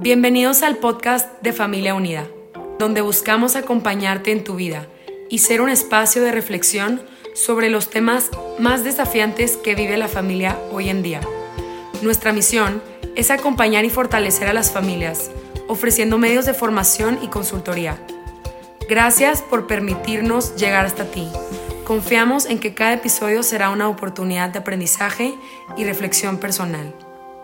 Bienvenidos al podcast de Familia Unida, donde buscamos acompañarte en tu vida y ser un espacio de reflexión sobre los temas más desafiantes que vive la familia hoy en día. Nuestra misión es acompañar y fortalecer a las familias, ofreciendo medios de formación y consultoría. Gracias por permitirnos llegar hasta ti. Confiamos en que cada episodio será una oportunidad de aprendizaje y reflexión personal.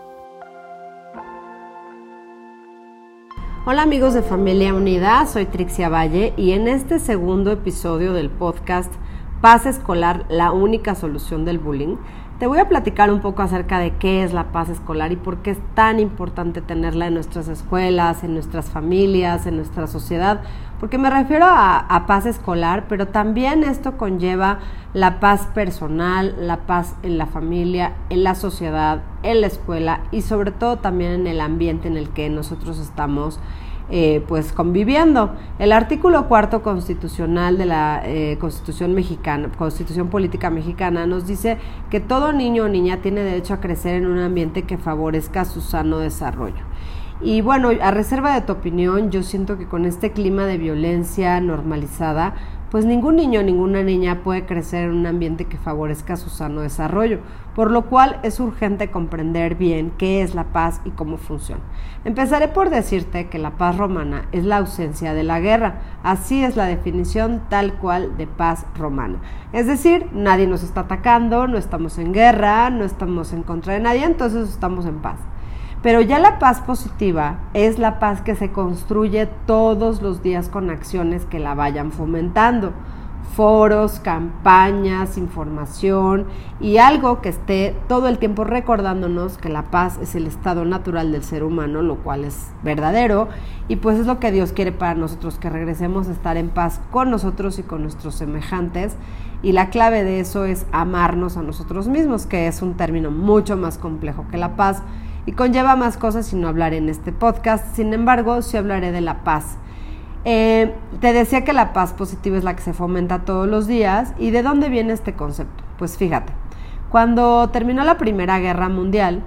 Hola amigos de Familia Unida, soy Trixia Valle y en este segundo episodio del podcast Paz Escolar, la única solución del bullying, te voy a platicar un poco acerca de qué es la paz escolar y por qué es tan importante tenerla en nuestras escuelas, en nuestras familias, en nuestra sociedad, porque me refiero a paz escolar, pero también esto conlleva la paz personal, la paz en la familia, en la sociedad, en la escuela y sobre todo también en el ambiente en el que nosotros estamos pues conviviendo. El artículo 4 constitucional de la Constitución Política Mexicana nos dice que todo niño o niña tiene derecho a crecer en un ambiente que favorezca su sano desarrollo. Y bueno, a reserva de tu opinión, yo siento que con este clima de violencia normalizada, pues ningún niño o ninguna niña puede crecer en un ambiente que favorezca su sano desarrollo, por lo cual es urgente comprender bien qué es la paz y cómo funciona. Empezaré por decirte que la paz romana es la ausencia de la guerra, así es la definición tal cual de paz romana. Es decir, nadie nos está atacando, no estamos en guerra, no estamos en contra de nadie, entonces estamos en paz. Pero ya la paz positiva es la paz que se construye todos los días con acciones que la vayan fomentando. Foros, campañas, información y algo que esté todo el tiempo recordándonos que la paz es el estado natural del ser humano, lo cual es verdadero y pues es lo que Dios quiere para nosotros, que regresemos a estar en paz con nosotros y con nuestros semejantes, y la clave de eso es amarnos a nosotros mismos, que es un término mucho más complejo que la paz y conlleva más cosas y no hablaré en este podcast. Sin embargo, sí hablaré de la paz. Te decía que la paz positiva es la que se fomenta todos los días. ¿Y de dónde viene este concepto? Pues fíjate, cuando terminó la Primera Guerra Mundial,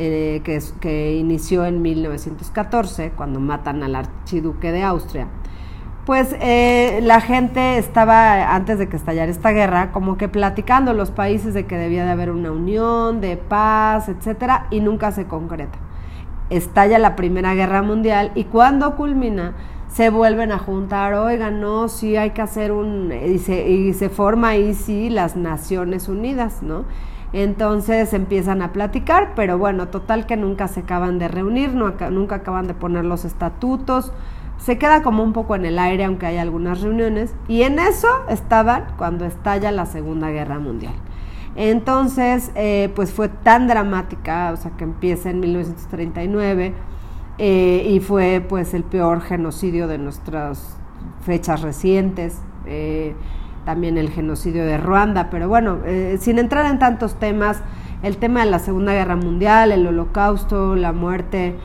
que inició en 1914, cuando matan al archiduque de Austria, pues la gente estaba, antes de que estallara esta guerra, como que platicando los países de que debía de haber una unión, de paz, etcétera, y nunca se concreta. Estalla la Primera Guerra Mundial y cuando culmina, se vuelven a juntar, oigan, no, sí hay que hacer y se forma ahí sí las Naciones Unidas, ¿no? Entonces empiezan a platicar, pero bueno, total que nunca se acaban de reunir, nunca acaban de poner los estatutos, se queda como un poco en el aire, aunque hay algunas reuniones, y en eso estaban cuando estalla la Segunda Guerra Mundial. Entonces, pues fue tan dramática, o sea, que empieza en 1939, y fue pues el peor genocidio de nuestras fechas recientes, también el genocidio de Ruanda, pero bueno, sin entrar en tantos temas, el tema de la Segunda Guerra Mundial, el Holocausto, la muerte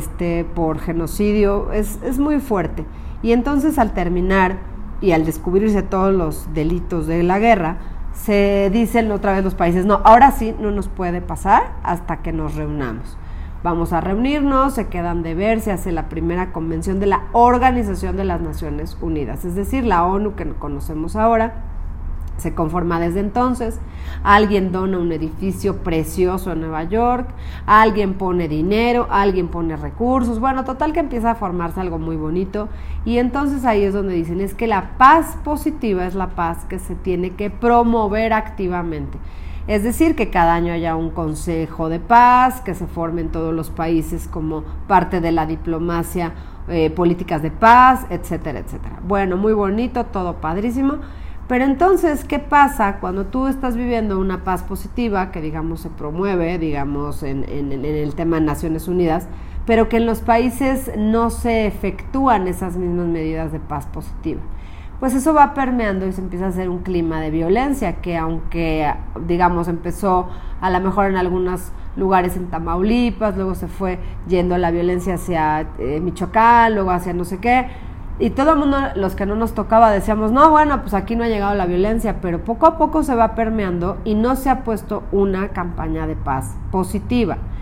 por genocidio, es muy fuerte. Y entonces al terminar y al descubrirse todos los delitos de la guerra, se dicen otra vez los países, no, ahora sí no nos puede pasar hasta que nos reunamos. Vamos a reunirnos, se quedan de ver, se hace la primera convención de la Organización de las Naciones Unidas, es decir, la ONU que conocemos ahora. Se conforma desde entonces, alguien dona un edificio precioso en Nueva York, alguien pone dinero, alguien pone recursos, bueno, total que empieza a formarse algo muy bonito y entonces ahí es donde dicen, es que la paz positiva es la paz que se tiene que promover activamente. Es decir, que cada año haya un consejo de paz, que se formen todos los países como parte de la diplomacia, políticas de paz, etcétera, etcétera. Bueno, muy bonito, todo padrísimo. Pero entonces, ¿qué pasa cuando tú estás viviendo una paz positiva que, digamos, se promueve, digamos, en el tema de Naciones Unidas, pero que en los países no se efectúan esas mismas medidas de paz positiva? Pues eso va permeando y se empieza a hacer un clima de violencia que, aunque, digamos, empezó a lo mejor en algunos lugares en Tamaulipas, luego se fue yendo la violencia hacia Michoacán, luego hacia no sé qué, y todo el mundo, los que no nos tocaba, decíamos, no, bueno, pues aquí no ha llegado la violencia, pero poco a poco se va permeando y no se ha puesto una campaña de paz positiva.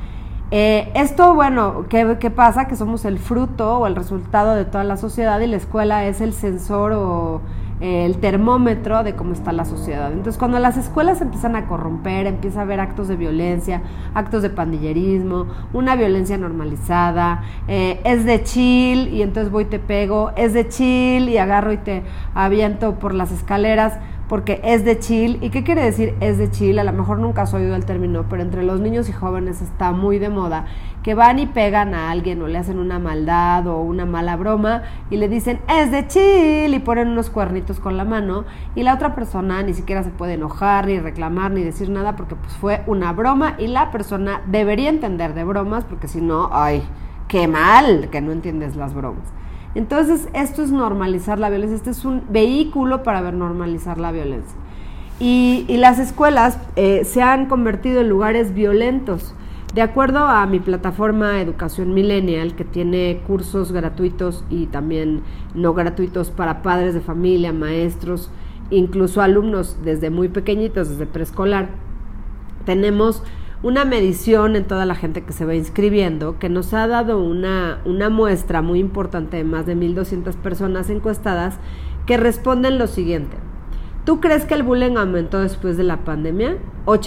Esto, bueno, ¿qué pasa? Que somos el fruto o el resultado de toda la sociedad y la escuela es el sensor o el termómetro de cómo está la sociedad. Entonces, cuando las escuelas empiezan a corromper, empieza a haber actos de violencia, actos de pandillerismo, una violencia normalizada, es de chill y entonces voy y te pego, es de chill y agarro y te aviento por las escaleras porque es de chill. ¿Y qué quiere decir es de chill? A lo mejor nunca has oído el término, pero entre los niños y jóvenes está muy de moda que van y pegan a alguien o le hacen una maldad o una mala broma y le dicen es de chill y ponen unos cuernitos con la mano y la otra persona ni siquiera se puede enojar ni reclamar ni decir nada porque pues fue una broma y la persona debería entender de bromas porque si no, ¡ay, qué mal que no entiendes las bromas! Entonces, esto es normalizar la violencia, este es un vehículo para normalizar la violencia. Y las escuelas se han convertido en lugares violentos. De acuerdo a mi plataforma Educación Millennial, que tiene cursos gratuitos y también no gratuitos para padres de familia, maestros, incluso alumnos desde muy pequeñitos, desde preescolar, tenemos una medición en toda la gente que se va inscribiendo que nos ha dado una muestra muy importante de más de 1,200 personas encuestadas que responden lo siguiente. ¿Tú crees que el bullying aumentó después de la pandemia?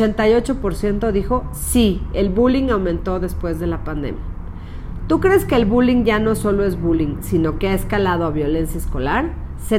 88% dijo sí, el bullying aumentó después de la pandemia. ¿Tú crees que el bullying ya no solo es bullying, sino que ha escalado a violencia escolar?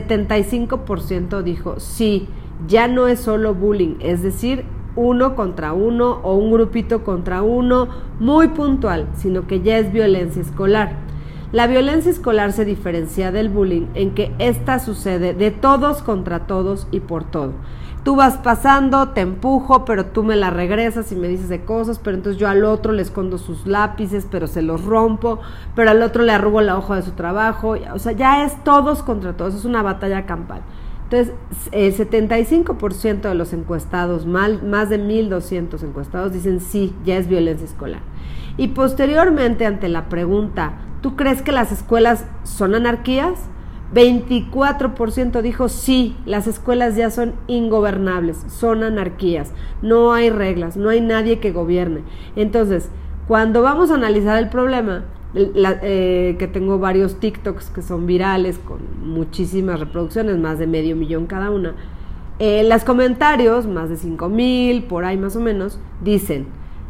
75% dijo sí, ya no es solo bullying, es decir, uno contra uno o un grupito contra uno muy puntual, sino que ya es violencia escolar. La violencia escolar se diferencia del bullying en que esta sucede de todos contra todos y por todo. Tú vas pasando, te empujo, pero tú me la regresas y me dices de cosas, pero entonces yo al otro le escondo sus lápices, pero se los rompo, pero al otro le arrugo la hoja de su trabajo. O sea, ya es todos contra todos, es una batalla campal. Entonces, el 75% de los encuestados, más de 1,200 encuestados, dicen sí, ya es violencia escolar. Y posteriormente, ante la pregunta, ¿tú crees que las escuelas son anarquías? 24% dijo sí, las escuelas ya son ingobernables, son anarquías, no hay reglas, no hay nadie que gobierne. Entonces, cuando vamos a analizar el problema, que tengo varios TikToks que son virales con muchísimas reproducciones, más de 500,000 cada una, los comentarios, más de 5,000 por ahí más o menos, dicen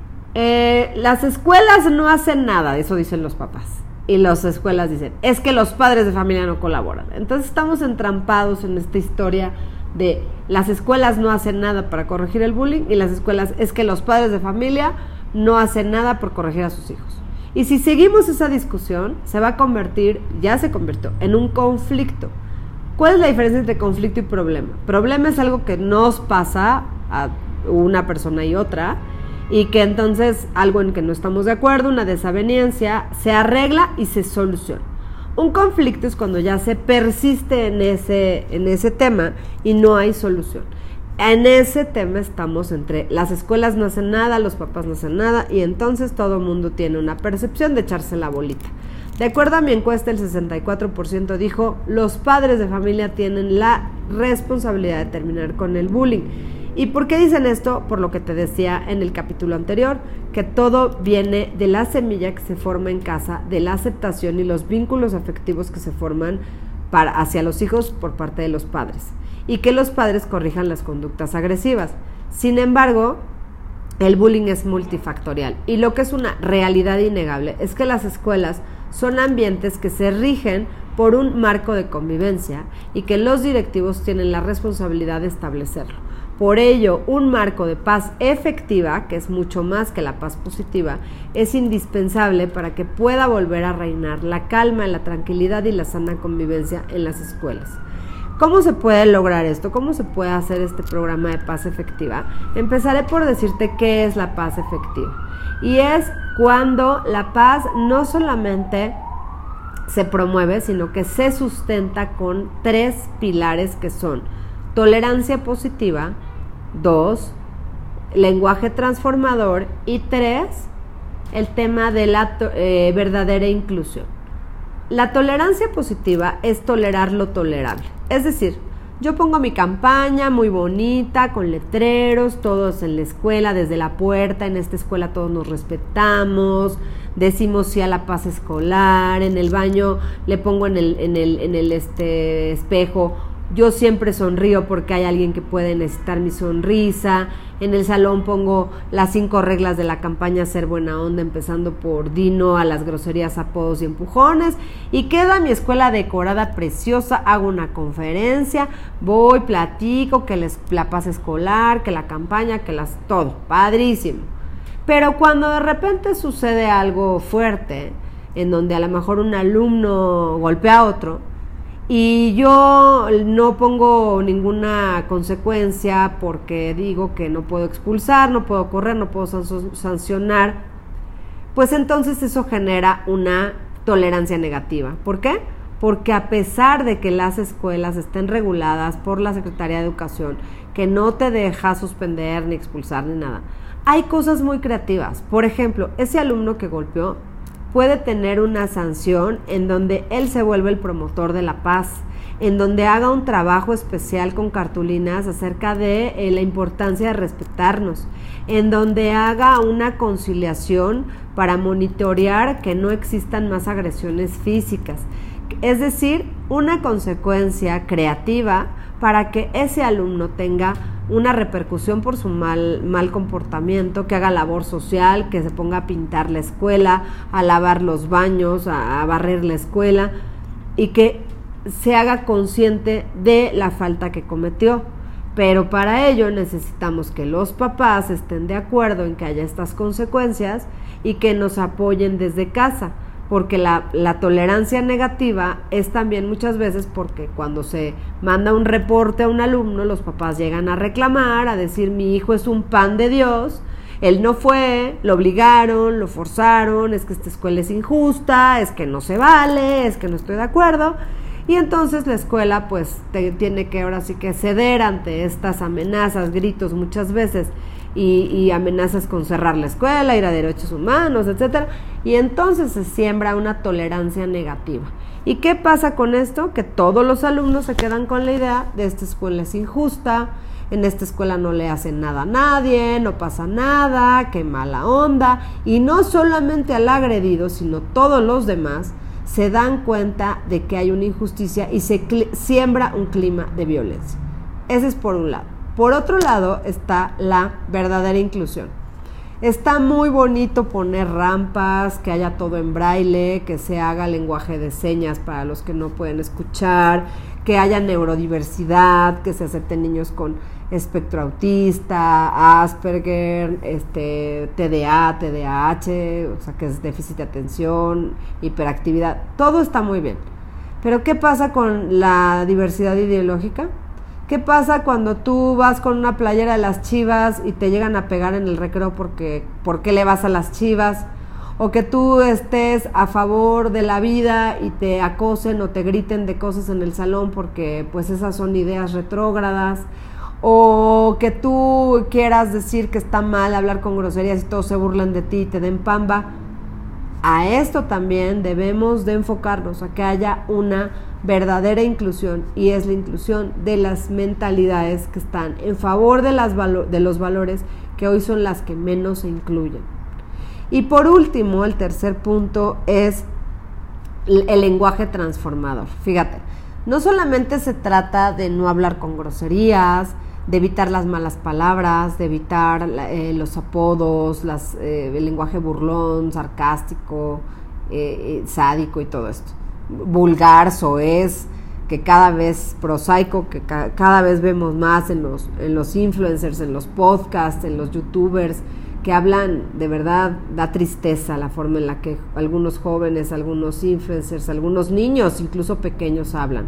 las escuelas no hacen nada, eso dicen los papás, y las escuelas dicen es que los padres de familia no colaboran. Entonces estamos entrampados en esta historia de las escuelas no hacen nada para corregir el bullying y las escuelas es que los padres de familia no hacen nada por corregir a sus hijos. Y si seguimos esa discusión, se va a convertir, ya se convirtió, en un conflicto. ¿Cuál es la diferencia entre conflicto y problema? Problema es algo que nos pasa a una persona y otra, y que entonces algo en que no estamos de acuerdo, una desaveniencia, se arregla y se soluciona. Un conflicto es cuando ya se persiste en ese tema y no hay solución. En ese tema estamos entre las escuelas no hacen nada, los papás no hacen nada y entonces todo el mundo tiene una percepción de echarse la bolita. De acuerdo a mi encuesta, el 64% dijo los padres de familia tienen la responsabilidad de terminar con el bullying. ¿Y por qué dicen esto? Por lo que te decía en el capítulo anterior, que todo viene de la semilla que se forma en casa, de la aceptación y los vínculos afectivos que se forman hacia los hijos por parte de los padres. Y que los padres corrijan las conductas agresivas. Sin embargo, el bullying es multifactorial y lo que es una realidad innegable es que las escuelas son ambientes que se rigen por un marco de convivencia y que los directivos tienen la responsabilidad de establecerlo. Por ello, un marco de paz efectiva, que es mucho más que la paz positiva, es indispensable para que pueda volver a reinar la calma, la tranquilidad y la sana convivencia en las escuelas. ¿Cómo se puede lograr esto? ¿Cómo se puede hacer este programa de paz efectiva? Empezaré por decirte qué es la paz efectiva. Y es cuando la paz no solamente se promueve, sino que se sustenta con 3 pilares que son tolerancia positiva, 2, lenguaje transformador y 3, el tema de la verdadera inclusión. La tolerancia positiva es tolerar lo tolerable, es decir, Yo pongo mi campaña muy bonita, con letreros, todos en la escuela, desde la puerta, en esta escuela todos nos respetamos, decimos sí a la paz escolar, en el baño le pongo en el espejo, yo siempre sonrío porque hay alguien que puede necesitar mi sonrisa. En el salón pongo las 5 reglas de la campaña Ser Buena Onda, empezando por di no a las groserías, apodos y empujones. Y queda mi escuela decorada, preciosa. Hago una conferencia, voy, platico, que la paz escolar, que la campaña, todo, padrísimo. Pero cuando de repente sucede algo fuerte, en donde a lo mejor un alumno golpea a otro, y yo no pongo ninguna consecuencia porque digo que no puedo expulsar, no puedo correr, no puedo sancionar, pues entonces eso genera una tolerancia negativa. ¿Por qué? Porque a pesar de que las escuelas estén reguladas por la Secretaría de Educación, que no te deja suspender ni expulsar ni nada, hay cosas muy creativas. Por ejemplo, ese alumno que golpeó puede tener una sanción en donde él se vuelve el promotor de la paz, en donde haga un trabajo especial con cartulinas acerca de la importancia de respetarnos, en donde haga una conciliación para monitorear que no existan más agresiones físicas. Es decir, una consecuencia creativa para que ese alumno tenga una repercusión por su mal comportamiento, que haga labor social, que se ponga a pintar la escuela, a lavar los baños, a barrer la escuela, y que se haga consciente de la falta que cometió. Pero para ello necesitamos que los papás estén de acuerdo en que haya estas consecuencias y que nos apoyen desde casa, porque la tolerancia negativa es también muchas veces porque cuando se manda un reporte a un alumno, los papás llegan a reclamar, a decir mi hijo es un pan de Dios, él no fue, lo obligaron, lo forzaron, es que esta escuela es injusta, es que no se vale, es que no estoy de acuerdo. Y entonces la escuela pues tiene que ahora sí que ceder ante estas amenazas, gritos muchas veces, y amenazas con cerrar la escuela, ir a derechos humanos, etcétera, y entonces se siembra una tolerancia negativa. ¿Y qué pasa con esto? Que todos los alumnos se quedan con la idea de esta escuela es injusta, en esta escuela no le hacen nada a nadie, no pasa nada, qué mala onda, y no solamente al agredido, sino todos los demás se dan cuenta de que hay una injusticia y se siembra un clima de violencia. Ese es por un lado. Por otro lado está la verdadera inclusión. Está muy bonito poner rampas, que haya todo en braille, que se haga lenguaje de señas para los que no pueden escuchar, que haya neurodiversidad, que se acepten niños con espectro autista, Asperger, TDA, TDAH, o sea que es déficit de atención, hiperactividad, todo está muy bien. Pero ¿qué pasa con la diversidad ideológica? ¿Qué pasa cuando tú vas con una playera de las Chivas y te llegan a pegar en el recreo porque ¿por qué le vas a las Chivas? O que tú estés a favor de la vida y te acosen o te griten de cosas en el salón porque pues esas son ideas retrógradas. O que tú quieras decir que está mal hablar con groserías y todos se burlan de ti y te den pamba. A esto también debemos de enfocarnos, a que haya una verdadera inclusión, y es la inclusión de las mentalidades que están en favor de los valores que hoy son las que menos se incluyen. Y por último, el tercer punto es el lenguaje transformador. Fíjate, no solamente se trata de no hablar con groserías, de evitar las malas palabras, de evitar los apodos, el lenguaje burlón, sarcástico, sádico y todo esto. Vulgar, soez, que cada vez prosaico, que cada vez vemos más en los influencers, en los podcasts, en los youtubers, que hablan, de verdad, da tristeza la forma en la que algunos jóvenes, algunos influencers, algunos niños, incluso pequeños, hablan.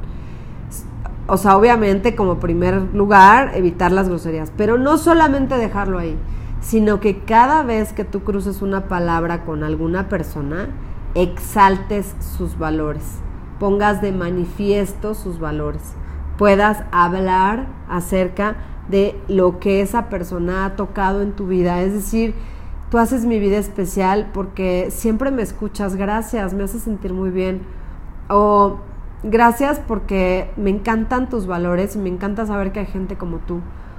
O sea, obviamente, como primer lugar, evitar las groserías, pero no solamente dejarlo ahí, sino que cada vez que tú cruces una palabra con alguna persona, exaltes sus valores, pongas de manifiesto sus valores, puedas hablar acerca de lo que esa persona ha tocado en tu vida. Es decir, tú haces mi vida especial porque siempre me escuchas, gracias, me haces sentir muy bien. O gracias porque me encantan tus valores y me encanta saber que hay gente como tú.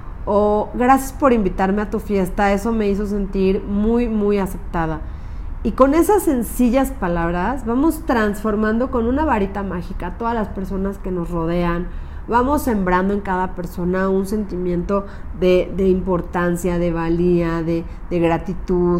O gracias por invitarme a tu fiesta, eso me hizo sentir muy, muy aceptada. Y con esas sencillas palabras vamos transformando con una varita mágica a todas las personas que nos rodean. Vamos sembrando en cada persona un sentimiento de importancia, de valía, de gratitud,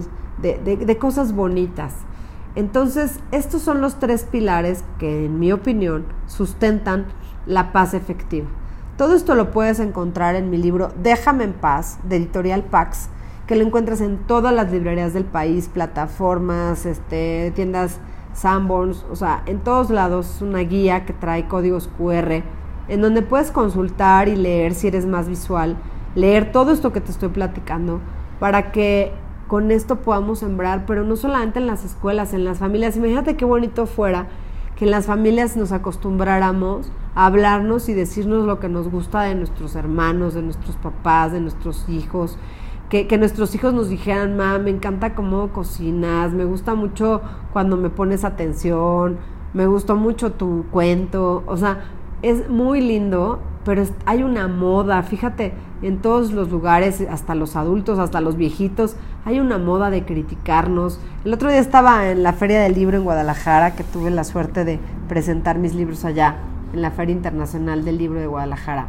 de cosas bonitas. Entonces, estos son los 3 pilares que, en mi opinión, sustentan la paz efectiva. Todo esto lo puedes encontrar en mi libro Déjame en Paz, de Editorial Pax, que lo encuentras en todas las librerías del país, plataformas, tiendas Sanborns, o sea, en todos lados. Es una guía que trae códigos QR, en donde puedes consultar y leer, si eres más visual, leer todo esto que te estoy platicando, para que con esto podamos sembrar, pero no solamente en las escuelas, en las familias. Imagínate qué bonito fuera que en las familias nos acostumbráramos a hablarnos y decirnos lo que nos gusta de nuestros hermanos, de nuestros papás, de nuestros hijos, que nuestros hijos nos dijeran: ma, me encanta cómo cocinas, me gusta mucho cuando me pones atención, me gustó mucho tu cuento. O sea, es muy lindo, pero hay una moda, fíjate, en todos los lugares, hasta los adultos, hasta los viejitos, hay una moda de criticarnos. El otro día estaba en la Feria del Libro en Guadalajara, que tuve la suerte de presentar mis libros allá, en la Feria Internacional del Libro de Guadalajara,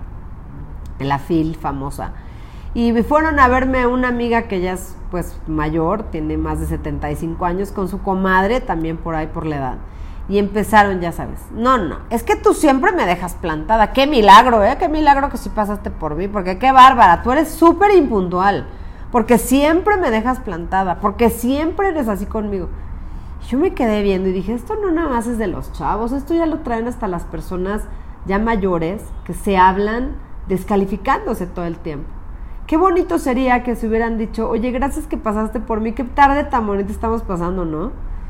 en la FIL famosa. Y me fueron a verme una amiga que ya es pues mayor, tiene más de 75 años, con su comadre, también por ahí por la edad. Y empezaron, ya sabes, no, es que tú siempre me dejas plantada. Qué milagro, qué milagro que sí pasaste por mí, porque qué bárbara, tú eres súper impuntual, porque siempre me dejas plantada, porque siempre eres así conmigo. Yo me quedé viendo y dije, esto no nada más es de los chavos, esto ya lo traen hasta las personas ya mayores, que se hablan descalificándose todo el tiempo. Qué bonito sería que se hubieran dicho: oye, gracias que pasaste por mí, qué tarde tan bonita estamos pasando, ¿no?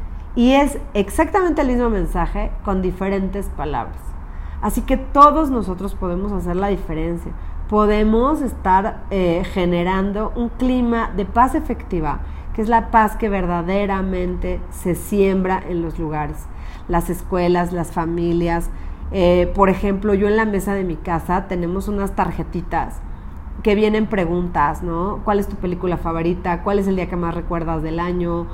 Y es exactamente el mismo mensaje con diferentes palabras. Así que todos nosotros podemos hacer la diferencia. Podemos estar generando un clima de paz efectiva, que es la paz que verdaderamente se siembra en los lugares, las escuelas, las familias. Por ejemplo, yo en la mesa de mi casa tenemos unas tarjetitas que vienen preguntas, ¿no? ¿Cuál es tu película favorita? ¿Cuál es el día que más recuerdas del año?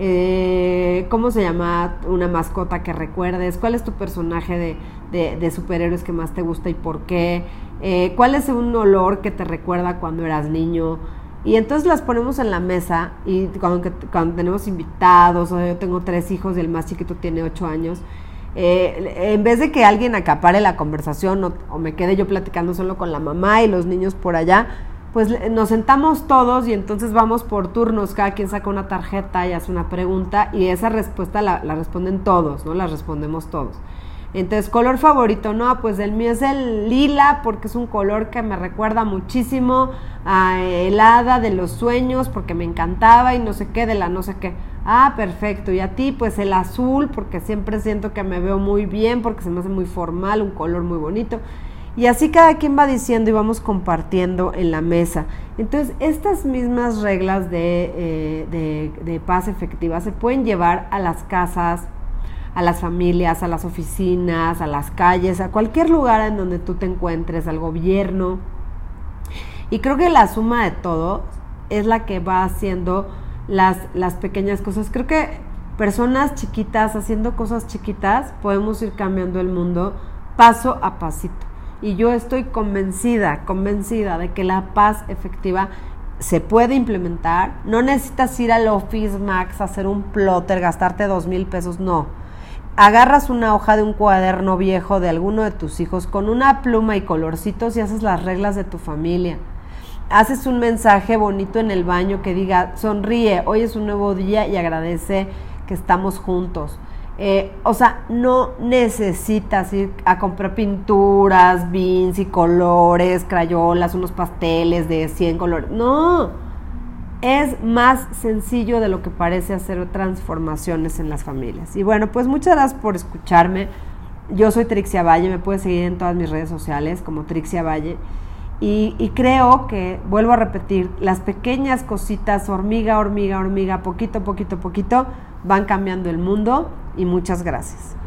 ¿Cómo se llama una mascota que recuerdes? ¿Cuál es tu personaje de superhéroes que más te gusta y por qué? ¿Cuál es un olor que te recuerda cuando eras niño? Y entonces las ponemos en la mesa, y cuando tenemos invitados, o yo tengo 3 hijos y el más chiquito tiene 8 años, en vez de que alguien acapare la conversación o me quede yo platicando solo con la mamá y los niños por allá, pues nos sentamos todos y entonces vamos por turnos, cada quien saca una tarjeta y hace una pregunta, y esa respuesta la responden todos, ¿no? La respondemos todos. Entonces, ¿color favorito? No, pues el mío es el lila, porque es un color que me recuerda muchísimo a el hada de los sueños, porque me encantaba y no sé qué, de la no sé qué. Ah, perfecto. Y a ti, pues el azul, porque siempre siento que me veo muy bien, porque se me hace muy formal, un color muy bonito. Y así cada quien va diciendo y vamos compartiendo en la mesa. Entonces, estas mismas reglas de paz efectiva se pueden llevar a las casas, a las familias, a las oficinas, a las calles, a cualquier lugar en donde tú te encuentres, al gobierno. Y creo que la suma de todo es la que va haciendo las pequeñas cosas. Creo que personas chiquitas, haciendo cosas chiquitas, podemos ir cambiando el mundo paso a pasito. Y yo estoy convencida de que la paz efectiva se puede implementar. No necesitas ir al Office Max a hacer un plotter, gastarte 2,000 pesos, no. Agarras una hoja de un cuaderno viejo de alguno de tus hijos con una pluma y colorcitos y haces las reglas de tu familia. Haces un mensaje bonito en el baño que diga: sonríe, hoy es un nuevo día y agradece que estamos juntos. O sea, no necesitas ir a comprar pinturas, bins y colores, crayolas, unos pasteles de 100 colores. No, es más sencillo de lo que parece hacer transformaciones en las familias. Y bueno, pues muchas gracias por escucharme. Yo soy Trixia Valle, me puedes seguir en todas mis redes sociales como Trixia Valle. Y creo que, vuelvo a repetir, las pequeñas cositas, hormiga, poquito, van cambiando el mundo. Y muchas gracias.